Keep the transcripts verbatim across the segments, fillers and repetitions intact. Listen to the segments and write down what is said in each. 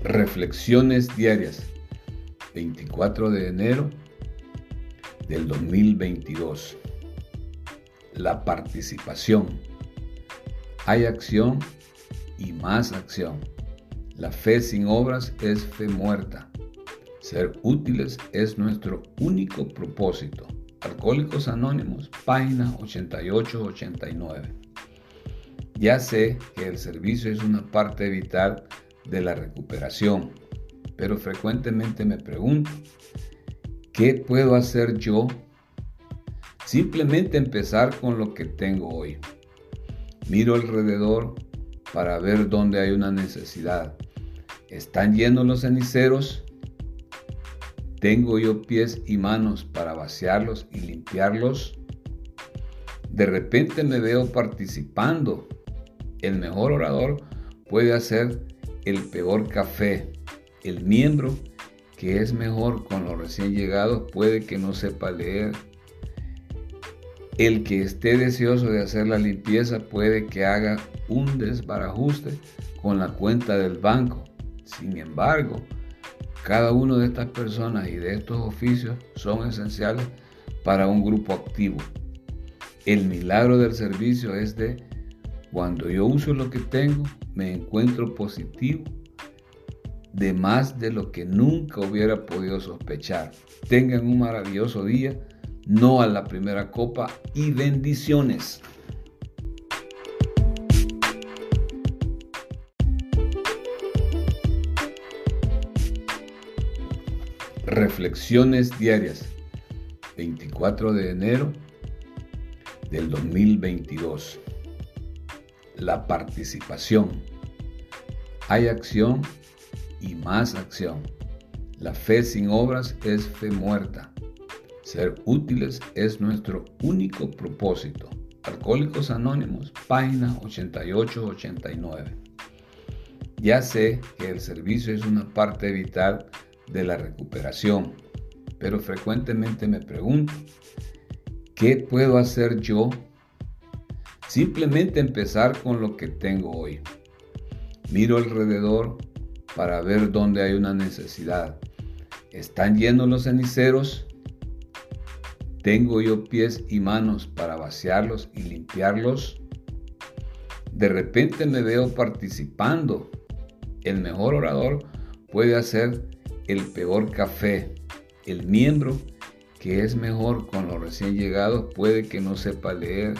Reflexiones diarias, veinticuatro de enero del dos mil veintidós. La participación. Hay acción y más acción. La fe sin obras es fe muerta. Ser útiles es nuestro único propósito. Alcohólicos Anónimos, página ochenta y ocho ochenta y nueve. Ya sé que el servicio es una parte vital de la recuperación, pero frecuentemente me pregunto, ¿qué puedo hacer yo? Simplemente empezar con lo que tengo hoy. Miro alrededor para ver dónde hay una necesidad. ¿Están llenos los ceniceros? ¿Tengo yo pies y manos para vaciarlos y limpiarlos? De repente me veo participando. El mejor orador puede hacer el peor café. El miembro que es mejor con los recién llegados puede que no sepa leer. El que esté deseoso de hacer la limpieza puede que haga un desbarajuste con la cuenta del banco. Sin embargo, cada una de estas personas y de estos oficios son esenciales para un grupo activo. El milagro del servicio es de cuando yo uso lo que tengo, me encuentro positivo de más de lo que nunca hubiera podido sospechar. Tengan un maravilloso día, no a la primera copa y bendiciones. Reflexiones diarias, veinticuatro de enero del dos mil veintidós. La participación. Hay acción y más acción. La fe sin obras es fe muerta. Ser útiles es nuestro único propósito. Alcohólicos Anónimos, página ochenta y ocho ochenta y nueve. Ya sé que el servicio es una parte vital de la recuperación, pero frecuentemente me pregunto, ¿qué puedo hacer yo? Simplemente empezar con lo que tengo hoy. Miro alrededor para ver dónde hay una necesidad. ¿Están llenos los ceniceros? ¿Tengo yo pies y manos para vaciarlos y limpiarlos? De repente me veo participando. El mejor orador puede hacer el peor café. El miembro que es mejor con los recién llegados puede que no sepa leer.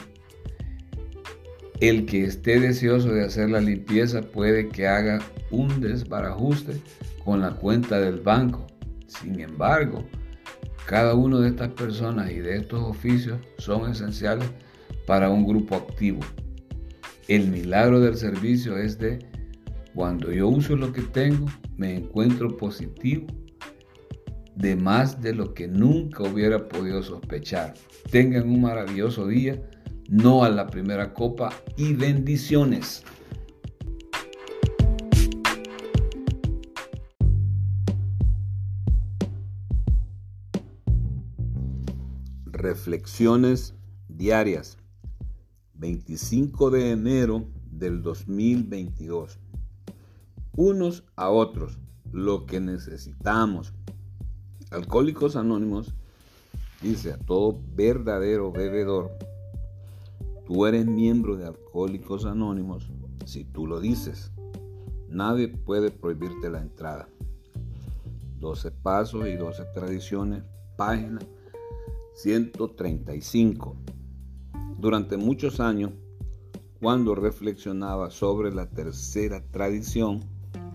El que esté deseoso de hacer la limpieza puede que haga un desbarajuste con la cuenta del banco. Sin embargo, cada una de estas personas y de estos oficios son esenciales para un grupo activo. El milagro del servicio es de cuando yo uso lo que tengo, me encuentro positivo de más de lo que nunca hubiera podido sospechar. Tengan un maravilloso día, no a la primera copa y bendiciones. Reflexiones diarias, veinticinco de enero del dos mil veintidós. Unos a otros, lo que necesitamos. Alcohólicos Anónimos dice a todo verdadero bebedor, tú eres miembro de Alcohólicos Anónimos si tú lo dices. Nadie puede prohibirte la entrada. doce pasos y doce tradiciones, página ciento treinta y cinco. Durante muchos años, cuando reflexionaba sobre la tercera tradición,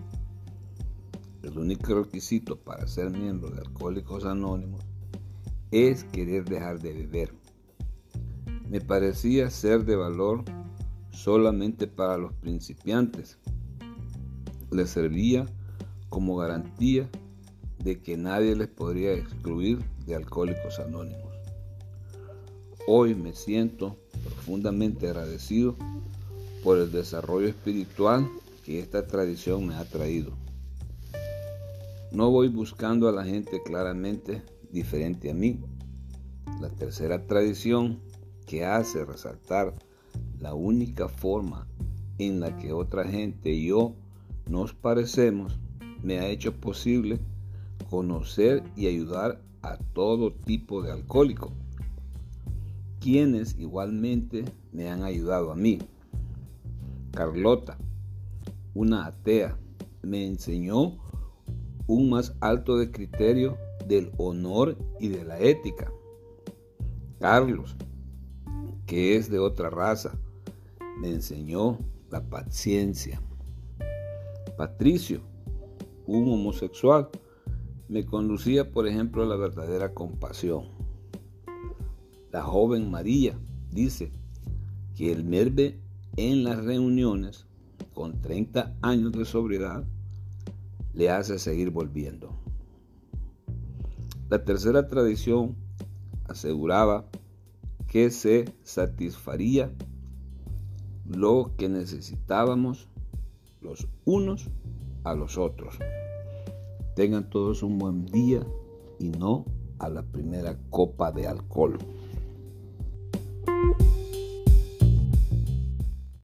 el único requisito para ser miembro de Alcohólicos Anónimos es querer dejar de beber. Me parecía ser de valor solamente para los principiantes. Les servía como garantía de que nadie les podría excluir de Alcohólicos Anónimos. Hoy me siento profundamente agradecido por el desarrollo espiritual que esta tradición me ha traído. No voy buscando a la gente claramente diferente a mí. La tercera tradición que hace resaltar la única forma en la que otra gente y yo nos parecemos me ha hecho posible conocer y ayudar a todo tipo de alcohólico, quienes igualmente me han ayudado a mí. Carlota, una atea, me enseñó un más alto de criterio del honor y de la ética. Carlos, que es de otra raza, me enseñó la paciencia. Patricio, un homosexual, me conducía, por ejemplo, a la verdadera compasión. La joven María dice que el verme en las reuniones con treinta años de sobriedad le hace seguir volviendo. La tercera tradición aseguraba que se satisfaría lo que necesitábamos los unos a los otros. Tengan todos un buen día y no a la primera copa de alcohol.